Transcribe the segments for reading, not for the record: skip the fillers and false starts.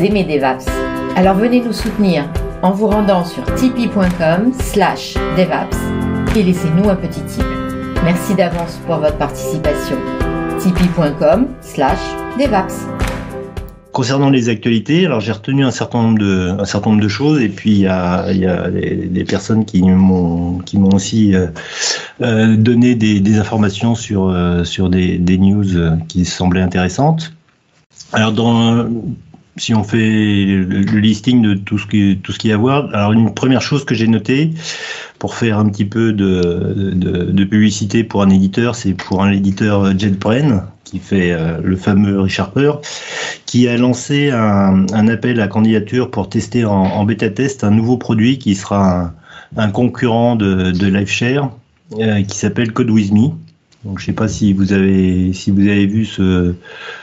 aimez DevApps. Alors venez nous soutenir en vous rendant sur tipeee.com/devaps et laissez-nous un petit tip. Merci d'avance pour votre participation. tipeee.com/devaps. Concernant les actualités, alors j'ai retenu un certain nombre de choses, et puis il y a des personnes qui m'ont aussi donné des informations sur des news qui semblaient intéressantes. Alors si on fait le listing de tout ce qu'il y a à voir, alors une première chose que j'ai notée pour faire un petit peu de publicité pour un éditeur, c'est pour un éditeur JetBrains qui fait le fameux Rich Harper, qui a lancé un appel à candidature pour tester en bêta test un nouveau produit qui sera un concurrent de LiveShare qui s'appelle CodeWithMe. Donc je sais pas si vous avez vu ce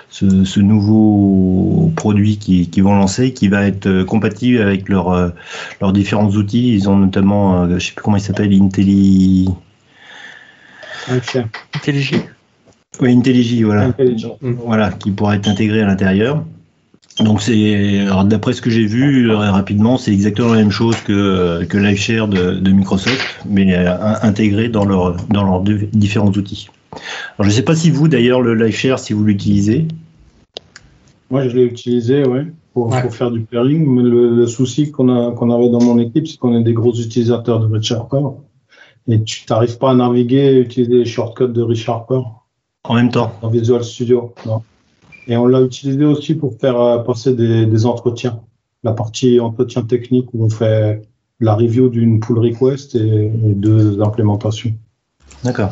nouveau produit qu'ils vont lancer, qui va être compatible avec leurs différents outils. Ils ont notamment, je sais plus comment il s'appelle, IntelliJ. Oui, IntelliJ, voilà. Voilà, qui pourra être intégré à l'intérieur. Donc alors d'après ce que j'ai vu rapidement, c'est exactement la même chose que LiveShare de Microsoft, mais intégré dans leurs différents outils. Alors je ne sais pas si vous, d'ailleurs, le LiveShare, si vous l'utilisez. Moi, je l'ai utilisé, pour faire du pairing. Mais le souci qu'on avait dans mon équipe, c'est qu'on est des gros utilisateurs de Rich Harper, et tu n'arrives pas à naviguer et utiliser les shortcuts de Rich Harper en même temps dans Visual Studio. Non. Et on l'a utilisé aussi pour faire passer des entretiens. La partie entretien technique où on fait la review d'une pull request et 2 implémentations. D'accord.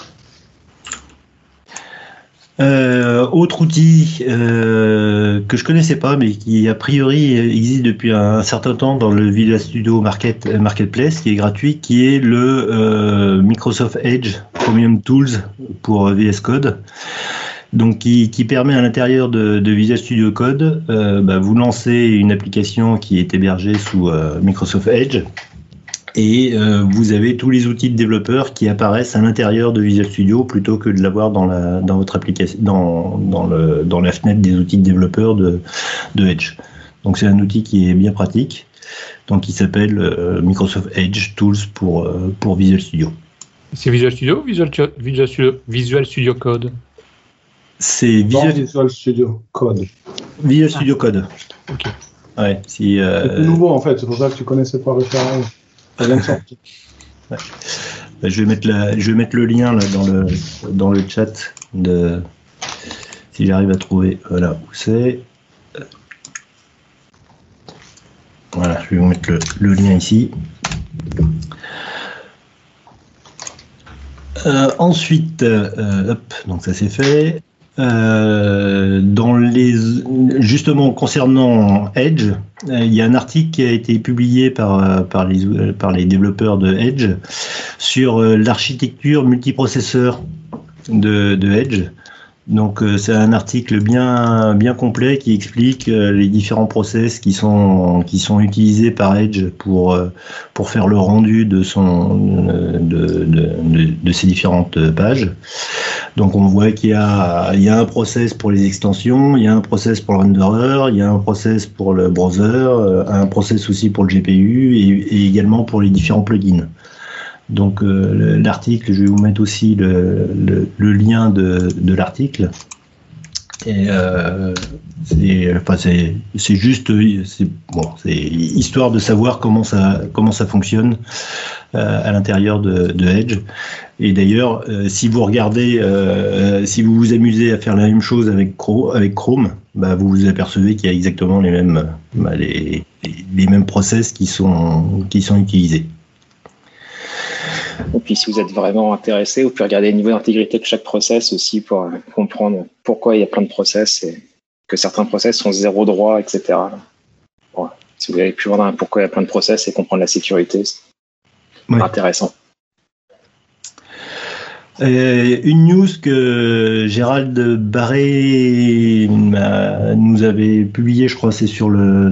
Autre outil que je connaissais pas, mais qui a priori existe depuis un certain temps dans le Visual Studio Marketplace, qui est gratuit, qui est le Microsoft Edge Premium Tools pour VS Code. Donc qui permet à l'intérieur de Visual Studio Code, vous lancez une application qui est hébergée sous Microsoft Edge, et vous avez tous les outils de développeurs qui apparaissent à l'intérieur de Visual Studio plutôt que de l'avoir dans votre application, dans la fenêtre des outils de développeurs de Edge. Donc c'est un outil qui est bien pratique. Donc il s'appelle Microsoft Edge Tools pour Visual Studio. C'est Visual Studio ou Visual Studio Code? C'est Visual Studio Code. Visual Studio Code. Ok. Ouais, c'est nouveau en fait, c'est pour ça que tu connaissais pas référent. Ça vient de sortir. Ouais. Je vais mettre le lien là dans le chat si j'arrive à trouver où c'est. Voilà, je vais vous mettre le lien ici. Ensuite, donc ça c'est fait. Justement concernant Edge, il y a un article qui a été publié par les développeurs de Edge sur l'architecture multiprocesseur de Edge. Donc c'est un article bien complet qui explique les différents process qui sont utilisés par Edge pour faire le rendu de ces différentes pages. Donc on voit qu'il y a un process pour les extensions, il y a un process pour le renderer, il y a un process pour le browser, un process aussi pour le GPU et également pour les différents plugins. Donc l'article, je vais vous mettre aussi le lien de l'article. Et c'est juste, c'est histoire de savoir comment ça fonctionne à l'intérieur de Edge. Et d'ailleurs, si vous regardez, si vous vous amusez à faire la même chose avec Chrome, vous vous apercevez qu'il y a exactement les mêmes process qui sont utilisés. Et puis si vous êtes vraiment intéressé, vous pouvez regarder le niveau d'intégrité de chaque process aussi pour comprendre pourquoi il y a plein de process et que certains process sont 0 droit, etc. Bon, si vous avez pu voir pourquoi il y a plein de process et comprendre la sécurité, c'est intéressant. Une news que Gérald Barré nous avait publié, je crois, c'est sur le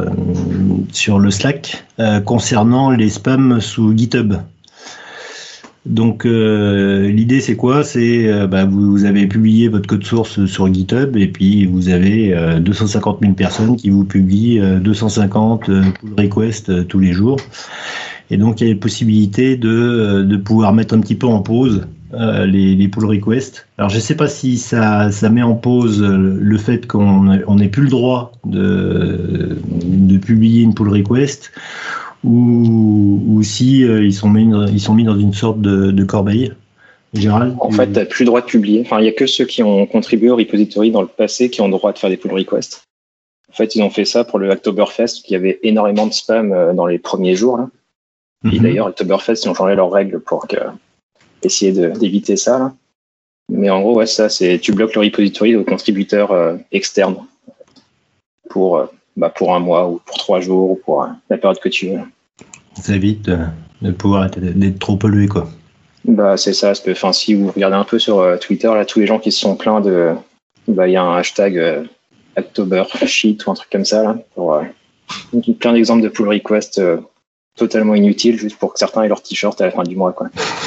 Slack, concernant les spams sous GitHub. Donc l'idée c'est quoi? C'est vous avez publié votre code source sur GitHub et puis vous avez 250 000 personnes qui vous publient 250 pull requests tous les jours. Et donc il y a la possibilité de pouvoir mettre un petit peu en pause les pull requests. Alors je sais pas si ça met en pause le fait qu'on n'ait plus le droit de publier une pull request, ou si ils sont mis dans une sorte de corbeille. Gérald, en fait, tu n'as plus le droit de publier. Enfin, il n'y a que ceux qui ont contribué au repository dans le passé qui ont le droit de faire des pull requests. En fait, ils ont fait ça pour le Oktoberfest, qui avait énormément de spam dans les premiers jours. Là. Et d'ailleurs, Oktoberfest, ils ont changé leurs règles pour essayer d'éviter ça. Là. Mais en gros, ouais, ça, c'est tu bloques le repository aux contributeurs externes pour un mois ou pour 3 jours ou pour la période que tu veux. Ça évite de pouvoir d'être trop pollué, quoi. C'est ça. Si vous regardez un peu sur Twitter, là, tous les gens qui se sont plaints il y a un hashtag Oktobershit ou un truc comme ça, là, pour plein d'exemples de pull requests totalement inutiles, juste pour que certains aient leur t-shirt à la fin du mois, quoi.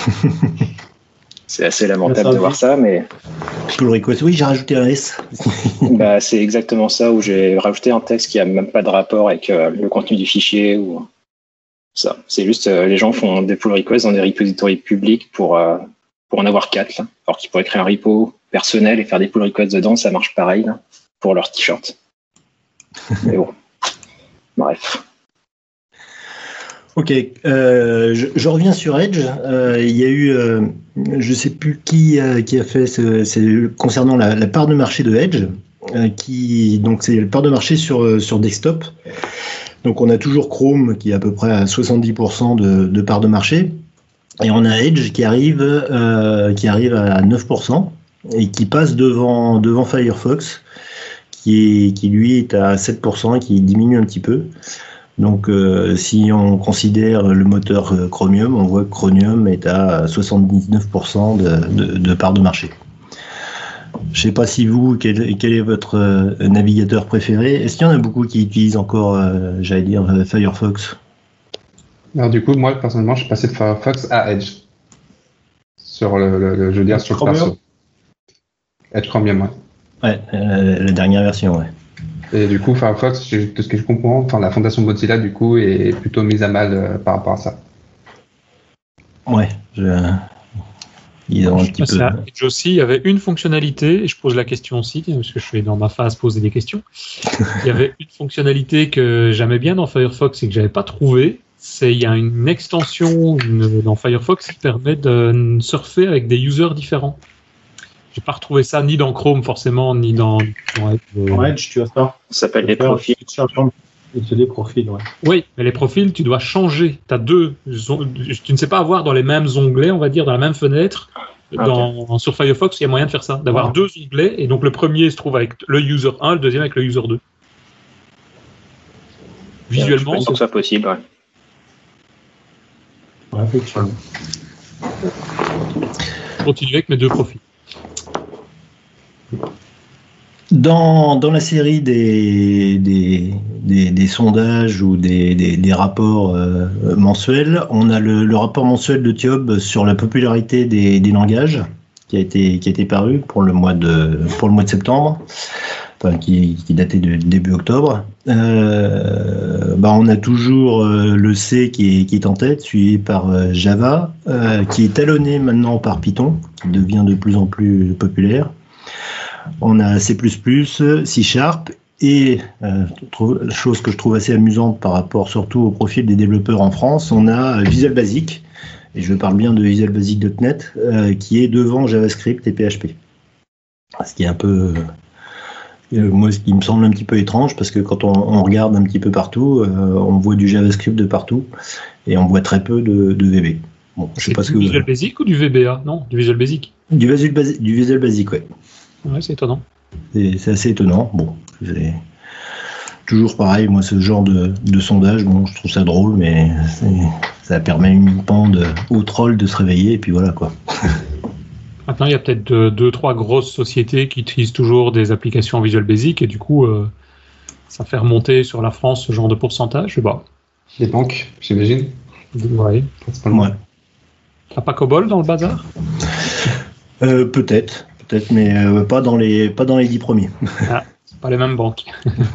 C'est assez lamentable de voir ça, mais... Pull request, oui, j'ai rajouté un S. C'est exactement ça, où j'ai rajouté un texte qui n'a même pas de rapport avec le contenu du fichier. Ou ça. C'est juste, les gens font des pull requests dans des repositories publics pour en avoir 4, là. Alors qu'ils pourraient créer un repo personnel et faire des pull requests dedans, ça marche pareil, là, pour leur t-shirt. Mais bon, bref. Ok, je reviens sur Edge. Il y a eu, je sais plus qui a fait, c'est concernant la part de marché de Edge, donc c'est la part de marché sur desktop. Donc on a toujours Chrome qui est à peu près à 70% de part de marché, et on a Edge qui arrive à 9% et qui passe devant Firefox, qui lui est à 7% et qui diminue un petit peu. Donc, si on considère le moteur Chromium, on voit que Chromium est à 79% de part de marché. Je ne sais pas si vous, quel est votre navigateur préféré? Est-ce qu'il y en a beaucoup qui utilisent encore, Firefox? Alors du coup, moi, personnellement, je suis passé de Firefox à Edge. Sur le perso. Edge Chromium, ouais. Ouais, la dernière version, ouais. Et du coup, Firefox, de ce que je comprends, la fondation Mozilla, du coup, est plutôt mise à mal par rapport à ça. Ouais, ils ont un petit peu... Edge aussi, il y avait une fonctionnalité, et je pose la question aussi, parce que je suis dans ma phase poser des questions. Il y avait une fonctionnalité que j'aimais bien dans Firefox et que j'avais pas trouvé. Il y a une extension dans Firefox qui permet de surfer avec des users différents. J'ai pas retrouvé ça ni dans Chrome forcément, ni dans Edge, tu as ça. Ça s'appelle les profils. C'est des profils, ouais. Oui, mais les profils, tu dois changer. Tu ne sais pas avoir dans les mêmes onglets, on va dire, dans la même fenêtre. Sur Firefox, il y a moyen de faire ça, d'avoir 2 onglets, et donc le premier se trouve avec le user 1, le deuxième avec le user 2. Visuellement, c'est ça possible, ouais. Ouais, effectivement. Continuer avec mes 2 profils. Dans la série des sondages ou des rapports mensuels, on a le rapport mensuel de TIOB sur la popularité des langages qui a été paru pour le mois de septembre, enfin, qui datait de début octobre. On a toujours le C qui est en tête, suivi par Java, qui est talonné maintenant par Python, qui devient de plus en plus populaire. On a C++, C# et chose que je trouve assez amusante par rapport surtout au profil des développeurs en France, on a Visual Basic, et je parle bien de Visual Basic.NET, qui est devant JavaScript et PHP. Ce qui est un peu... moi, ce qui me semble un petit peu étrange, parce que quand on regarde un petit peu partout, on voit du JavaScript de partout, et on voit très peu de VB. Bon, je sais pas ce que Visual Basic ou du VBA? Non, du Visual Basic. Du Visual Basic, ouais. Ouais, c'est étonnant. C'est assez étonnant. Bon, c'est toujours pareil. Moi, ce genre de sondage, bon, je trouve ça drôle, mais ça permet uniquement aux trolls de se réveiller, et puis voilà, quoi. Maintenant, il y a peut-être 2-3 grosses sociétés qui utilisent toujours des applications Visual Basic, et du coup, ça fait remonter sur la France ce genre de pourcentage. Les banques, j'imagine. Ouais. Ouais. T'as pas COBOL dans le bazar? Peut-être, mais pas dans les 10 premiers. Ah, c'est pas les mêmes banques.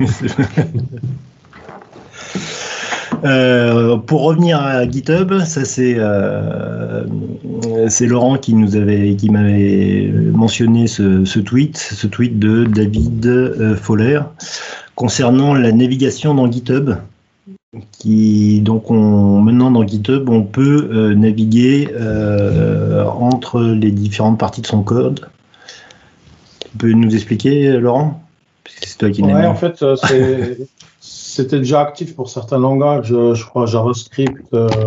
Pour revenir à GitHub, ça c'est Laurent qui m'avait mentionné ce tweet de David Fowler concernant la navigation dans GitHub. Maintenant dans GitHub, on peut naviguer entre les différentes parties de son code. Tu peux nous expliquer, Laurent? C'est toi qui l'as mis. En fait, c'était déjà actif pour certains langages, je crois JavaScript,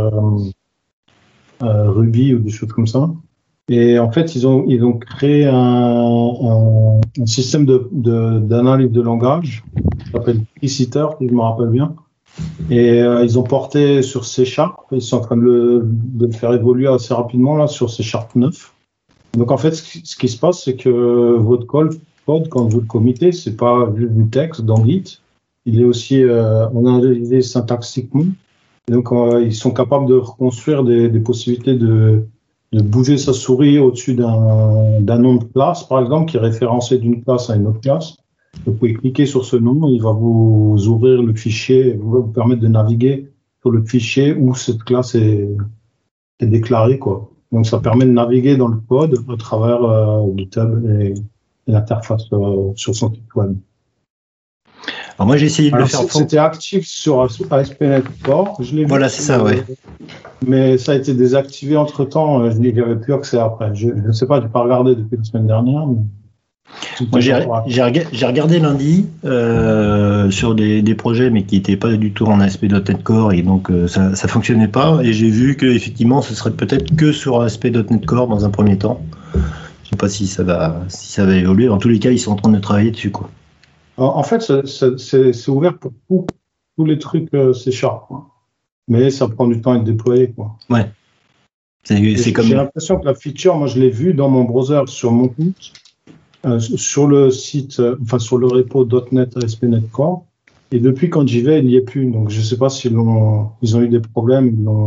Ruby ou des choses comme ça. Et en fait, ils ont créé un système d'analyse de langage qui s'appelle Presetter, si je me rappelle bien. Et ils ont porté sur C#. Ils sont en train de le faire évoluer assez rapidement là sur C# 9. Donc en fait, ce qui se passe, c'est que votre code, quand vous le committez, c'est pas juste du texte dans Git. Il est aussi analysé syntaxiquement. Donc, ils sont capables de reconstruire des possibilités de bouger sa souris au-dessus d'un nom de classe, par exemple, qui est référencé d'une classe à une autre classe. Vous pouvez cliquer sur ce nom, il va vous ouvrir le fichier, vous permettre de naviguer sur le fichier où cette classe est déclarée, quoi. Donc, ça permet de naviguer dans le code à travers GitHub et l'interface sur son site web. Alors moi j'ai essayé de le faire. C'était actif sur ASP.NET Core, je l'ai vu. Voilà, c'est ça, ouais. Mais ça a été désactivé entre temps, je n'y avais plus accès après. Je ne sais pas, je n'ai pas regardé depuis la semaine dernière. Mais... Moi j'ai regardé lundi sur des projets mais qui n'étaient pas du tout en ASP.NET Core et donc ça ne fonctionnait pas. Et j'ai vu qu'effectivement ce serait peut-être que sur ASP.NET Core dans un premier temps. Je ne sais pas si ça va évoluer. En tous les cas, ils sont en train de travailler dessus, quoi. En fait, c'est ouvert pour tous les trucs C#, quoi. Mais ça prend du temps à être déployé, quoi. Ouais. C'est comme... J'ai l'impression que la feature, moi je l'ai vue dans mon browser sur mon compte, sur le site, sur le repo .NET ASP.NET Core. Et depuis quand j'y vais, il n'y est plus. Donc je ne sais pas s'ils ont eu des problèmes,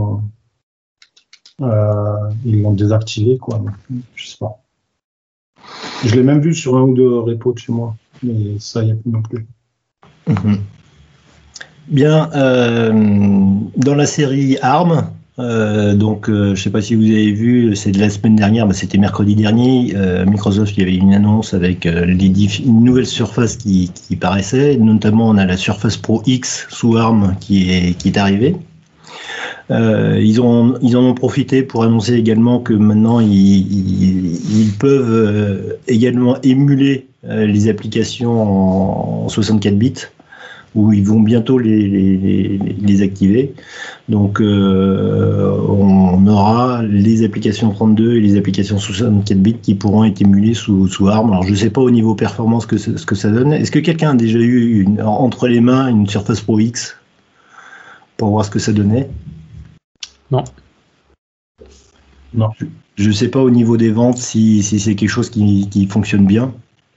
ils l'ont désactivé, quoi. Je ne sais pas. Je l'ai même vu sur un ou deux repos de chez moi. Mais ça, il n'y a plus non plus. Mmh. Bien, dans la série ARM, je ne sais pas si vous avez vu, c'est de la semaine dernière, c'était mercredi dernier, Microsoft, il y avait une annonce avec une nouvelle surface qui paraissait, notamment on a la Surface Pro X sous ARM qui est arrivée. Ils en ont profité pour annoncer également que maintenant ils peuvent également émuler les applications en 64 bits, où ils vont bientôt les activer. Donc on aura les applications 32 et les applications 64 bits qui pourront être émulées sous ARM. Alors je ne sais pas au niveau performance ce que ça donne. Est-ce que quelqu'un a déjà eu entre les mains une Surface Pro X pour voir ce que ça donnait? Non. Je ne sais pas au niveau des ventes si c'est quelque chose qui fonctionne bien.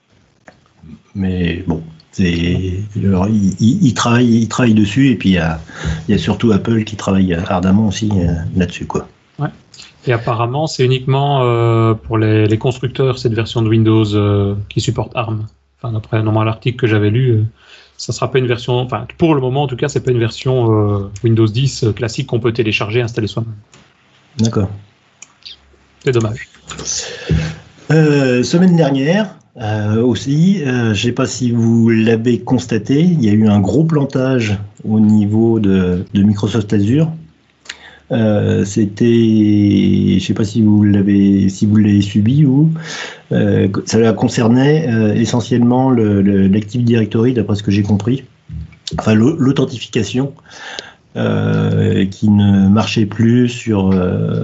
Mais bon, ils travaillent dessus, et puis il y a surtout Apple qui travaille ardemment aussi là-dessus, quoi. Ouais. Et apparemment, c'est uniquement pour les constructeurs cette version de Windows qui supporte ARM. Enfin, d'après l'article que j'avais lu, ça sera pas une version. Enfin, pour le moment, en tout cas, c'est pas une version Windows 10 classique qu'on peut télécharger et installer soi-même. D'accord. C'est dommage. Semaine dernière. Aussi, je ne sais pas si vous l'avez constaté, il y a eu un gros plantage au niveau de Microsoft Azure. C'était, je ne sais pas si vous l'avez subi ou ça concernait essentiellement l'Active Directory, d'après ce que j'ai compris. Enfin, l'authentification qui ne marchait plus sur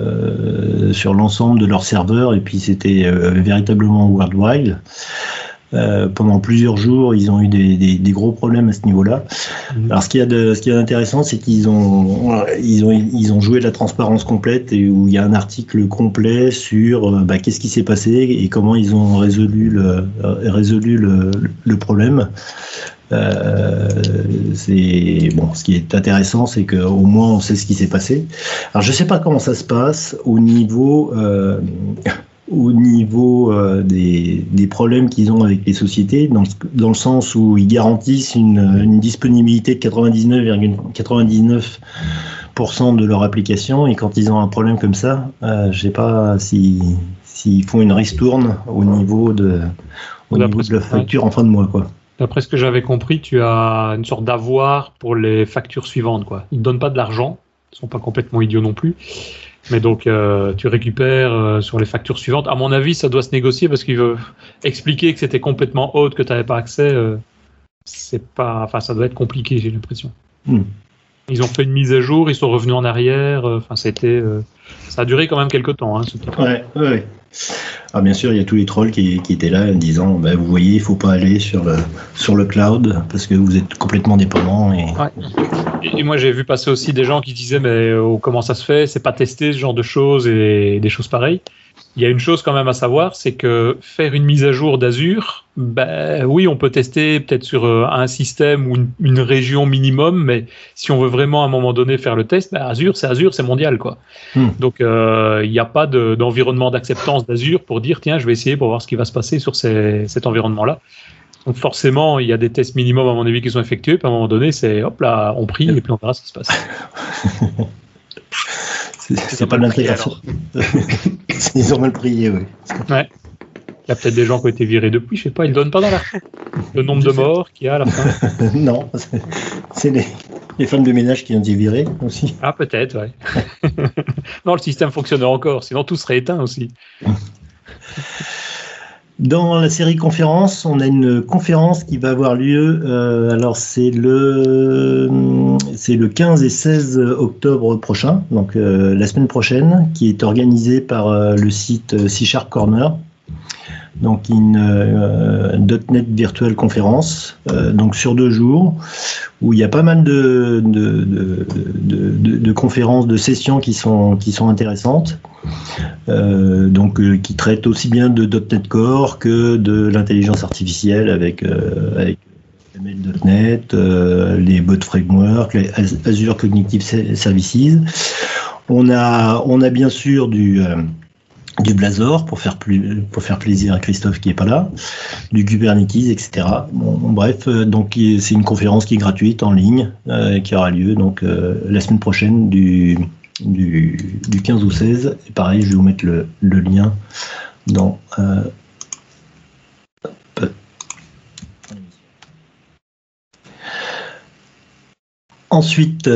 l'ensemble de leurs serveurs, et puis c'était véritablement worldwide. Pendant plusieurs jours, ils ont eu des gros problèmes à ce niveau-là. Alors, ce qu'il y a d'intéressant, c'est qu'ils ont joué de la transparence complète et où il y a un article complet sur qu'est-ce qui s'est passé et comment ils ont résolu le problème. Ce qui est intéressant, c'est qu'au moins on sait ce qui s'est passé. Alors, je sais pas comment ça se passe au niveau des problèmes qu'ils ont avec les sociétés, dans le sens où ils garantissent une disponibilité de 99,99% de leur application, et quand ils ont un problème comme ça, je sais pas s'ils font une ristourne au niveau de la facture en fin de mois, quoi. D'après ce que j'avais compris, tu as une sorte d'avoir pour les factures suivantes, quoi. Ils ne donnent pas de l'argent, ils ne sont pas complètement idiots non plus. Mais donc, tu récupères sur les factures suivantes. À mon avis, ça doit se négocier parce qu'il veut expliquer que c'était complètement haute, que tu n'avais pas accès. Ça doit être compliqué, j'ai l'impression. Ils ont fait une mise à jour, ils sont revenus en arrière. Ça a duré quand même quelques temps. Ce truc. Ouais. Alors, bien sûr, il y a tous les trolls qui étaient là en disant vous voyez, il ne faut pas aller sur le cloud parce que vous êtes complètement dépendant. Et moi, j'ai vu passer aussi des gens qui disaient mais comment ça se fait, c'est pas testé ce genre de choses et des choses pareilles. Il y a une chose quand même à savoir, c'est que faire une mise à jour d'Azure, oui, on peut tester peut-être sur un système ou une région minimum, mais si on veut vraiment à un moment donné faire le test, Azure, c'est mondial, quoi. Donc, il n'y a pas d'environnement d'acceptance d'Azure pour dire tiens, je vais essayer pour voir ce qui va se passer sur cet environnement-là. Donc forcément, il y a des tests minimums à mon avis qui sont effectués, puis à un moment donné, c'est hop là, on prie et puis on verra ce qui se passe. C'est pas de l'intégration. Ils ont mal prié, oui. Ouais. Il y a peut-être des gens qui ont été virés depuis, je sais pas, ils ne donnent pas dans le nombre de morts qu'il y a à la fin. Non, c'est les femmes de ménage qui ont été virées aussi. Ah, peut-être, ouais. Non, le système fonctionne encore, sinon tout serait éteint aussi. Dans la série conférence, on a une conférence qui va avoir lieu, alors c'est le 15 et 16 octobre prochain, donc la semaine prochaine, qui est organisée par le site C# Corner, donc une .NET Virtual Conférence, donc sur 2 jours, où il y a pas mal de conférences, de sessions qui sont intéressantes. Qui traite aussi bien de .NET Core que de l'intelligence artificielle avec ML.NET, les bot framework, les Azure Cognitive Services. On a bien sûr du Blazor pour faire plaisir à Christophe qui est pas là, du Kubernetes, etc. Bref, donc c'est une conférence qui est gratuite en ligne, qui aura lieu donc la semaine prochaine du 15 ou 16, et pareil, je vais vous mettre le lien dans Ensuite,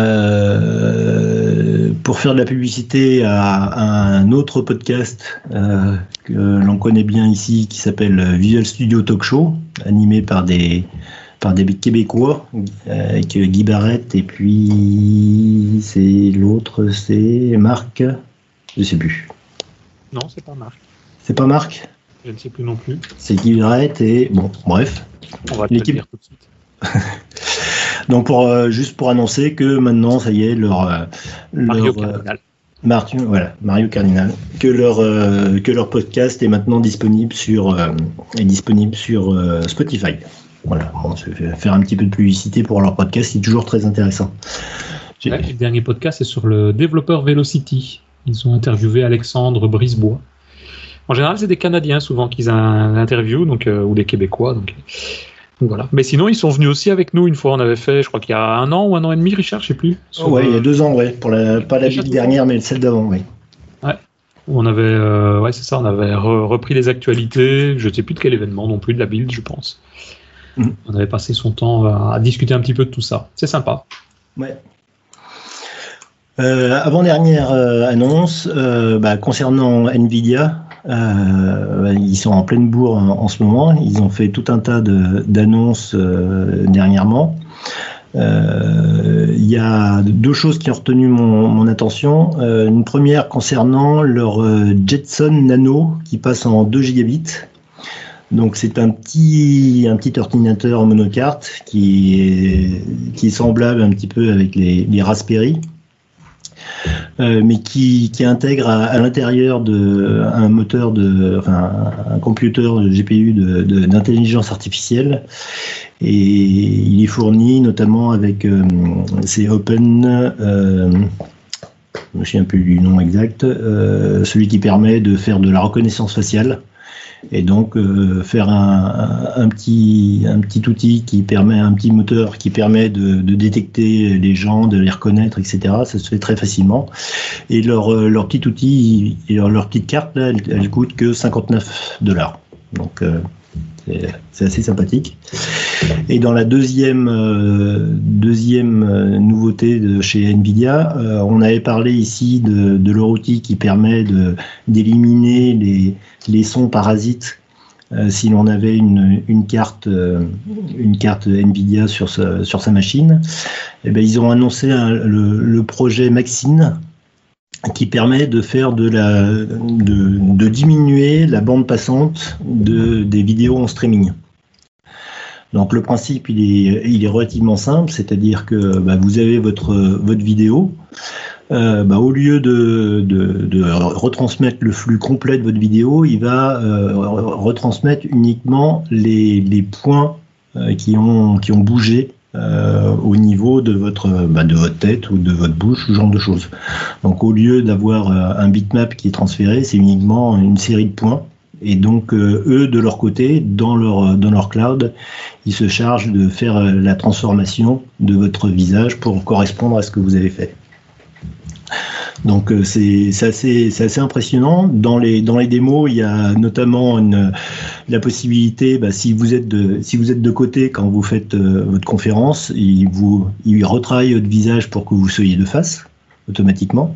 pour faire de la publicité à un autre podcast que l'on connaît bien ici, qui s'appelle Visual Studio Talk Show, animé par des Québécois, avec Guy Barrett, et puis l'autre c'est Marc, je sais plus. Non, c'est pas Marc. C'est pas Marc ? Je ne sais plus non plus. C'est Guy Barrett et bon, bref. On va te le dire tout de suite. Donc juste pour annoncer que maintenant, ça y est, Mario Cardinal. Mario Cardinal, que leur podcast est maintenant disponible sur Spotify. Voilà, on se fait faire un petit peu de publicité pour leur podcast, c'est toujours très intéressant. Le dernier podcast c'est sur le développeur Velocity. Ils ont interviewé Alexandre Brisebois. En général, c'est des Canadiens souvent qu'ils interviewent, ou des Québécois. Donc voilà. Mais sinon, ils sont venus aussi avec nous une fois. On avait fait, je crois qu'il y a 1 an ou 1 an et demi, Richard, je sais plus. Ouais, il y a 2 ans, ouais. Pas la build dernière, mais celle d'avant, oui. Ouais. On avait, c'est ça. On avait repris les actualités. Je ne sais plus de quel événement non plus, de la build, je pense. On avait passé son temps à discuter un petit peu de tout ça. C'est sympa. Ouais. Avant-dernière annonce concernant Nvidia. Ils sont en pleine bourre en ce moment. Ils ont fait tout un tas d'annonces dernièrement. Il y a 2 choses qui ont retenu mon attention. Une première concernant leur Jetson Nano qui passe en 2 gigabits. Donc c'est un petit ordinateur monocarte qui est semblable un petit peu avec les Raspberry, mais qui intègre à l'intérieur un moteur un computer de GPU d'intelligence artificielle, et il est fourni notamment avec c'est Open, je me souviens plus du nom exact, celui qui permet de faire de la reconnaissance faciale. Et donc faire un petit outil qui permet, un petit moteur qui permet de détecter les gens, de les reconnaître, etc. Ça se fait très facilement. Et leur petit outil, leur petite carte là, elle coûte que $59. Donc c'est assez sympathique. Et dans la deuxième nouveauté de chez Nvidia, on avait parlé ici de leur outil qui permet d'éliminer les sons parasites si l'on avait une carte Nvidia sur sa machine. Et ben, ils ont annoncé le projet Maxine, qui permet de faire de diminuer la bande passante des vidéos en streaming. Donc le principe il est relativement simple, c'est-à-dire que vous avez votre vidéo, au lieu de retransmettre le flux complet de votre vidéo, il va retransmettre uniquement les points qui ont bougé au niveau de votre tête ou de votre bouche, ce genre de choses. Donc au lieu d'avoir un bitmap qui est transféré, c'est uniquement une série de points. Et donc eux, de leur côté, dans leur cloud, ils se chargent de faire la transformation de votre visage pour correspondre à ce que vous avez fait. Donc c'est assez impressionnant. Dans les démos, il y a notamment la possibilité, si vous êtes de côté quand vous faites votre conférence, il retravaille votre visage pour que vous soyez de face automatiquement.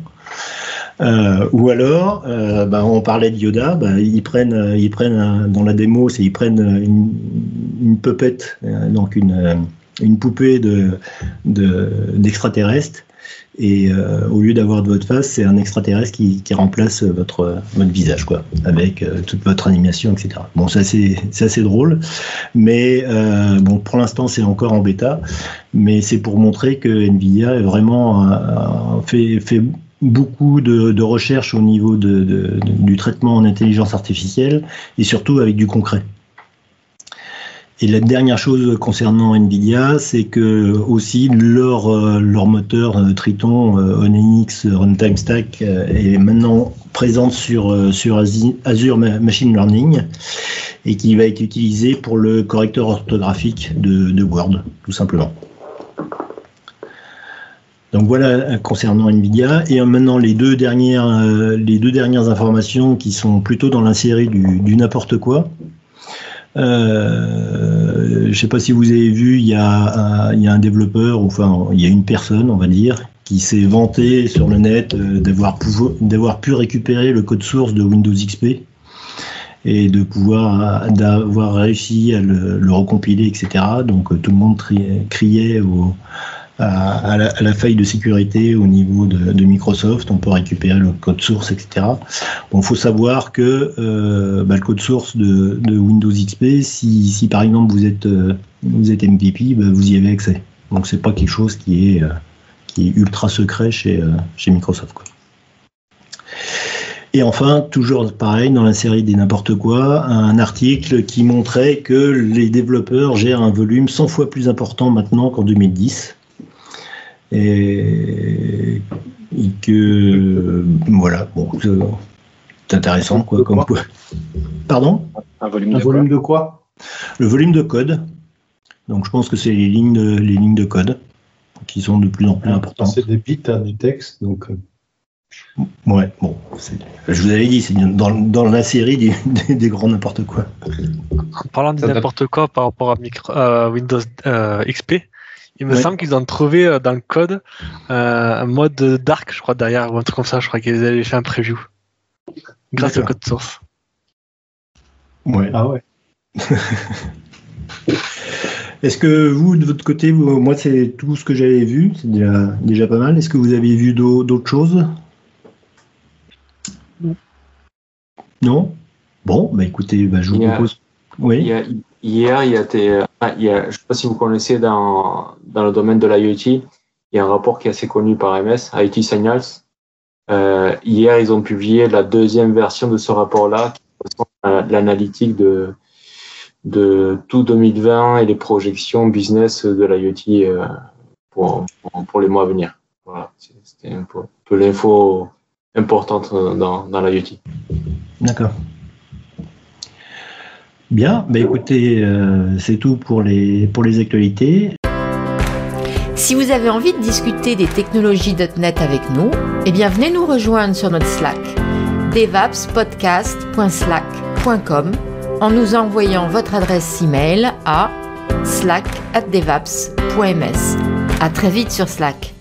Ou alors, on parlait de Yoda, ils prennent dans la démo, ils prennent une puppet, donc une poupée d'extraterrestre. Et au lieu d'avoir de votre face, c'est un extraterrestre qui remplace votre visage, quoi, avec toute votre animation, etc. Bon, c'est assez drôle, mais pour l'instant, c'est encore en bêta, mais c'est pour montrer que Nvidia est vraiment fait beaucoup de recherches au niveau du traitement en intelligence artificielle, et surtout avec du concret. Et la dernière chose concernant Nvidia, c'est que aussi leur moteur Triton ONNX Runtime Stack est maintenant présente sur Azure Machine Learning, et qui va être utilisé pour le correcteur orthographique de Word, tout simplement. Donc voilà concernant Nvidia. Et maintenant les deux dernières informations qui sont plutôt dans la série du n'importe quoi. Je ne sais pas si vous avez vu, il y a un développeur, enfin il y a une personne, on va dire, qui s'est vanté sur le net d'avoir pu récupérer le code source de Windows XP et d'avoir réussi à le recompiler, etc. Donc tout le monde criait à la faille de sécurité au niveau de Microsoft. On peut récupérer le code source, etc. Bon, faut savoir que le code source de Windows XP, si par exemple vous êtes MVP, vous y avez accès. Donc c'est pas quelque chose qui est ultra secret chez Microsoft, quoi. Et enfin, toujours pareil, dans la série des n'importe quoi, un article qui montrait que les développeurs gèrent un volume 100 fois plus important maintenant qu'en 2010. Et que voilà, bon, c'est intéressant, quoi. Pardon ? Un volume de quoi ? Le volume de code. Donc je pense que c'est les lignes de code qui sont de plus en plus importantes. C'est des bits du texte, donc. Ouais, bon, je vous avais dit, c'est dans la série des grands n'importe quoi. En parlant de n'importe quoi par rapport à Windows XP, il me semble qu'ils ont trouvé dans le code un mode dark, je crois, derrière, ou un truc comme ça. Je crois qu'ils avaient fait un preview grâce au code source. Ouais. Ah ouais. Est-ce que vous, de votre côté, moi c'est tout ce que j'avais vu, c'est déjà pas mal. Est-ce que vous avez vu d'autres choses ? Non ? Bon, écoutez, je vous propose Oui. Hier, je ne sais pas si vous connaissez dans le domaine de l'IoT, il y a un rapport qui est assez connu par MS, IT Signals. Hier, ils ont publié la deuxième version de ce rapport-là, qui correspond à l'analytique de tout 2020 et les projections business de l'IoT pour les mois à venir. Voilà, c'était un peu l'info importante dans l'IoT. D'accord. Bien, écoutez, c'est tout pour les actualités. Si vous avez envie de discuter des technologies .NET avec nous, venez nous rejoindre sur notre Slack, devapspodcast.slack.com, en nous envoyant votre adresse email à slack@devaps.ms. À très vite sur Slack.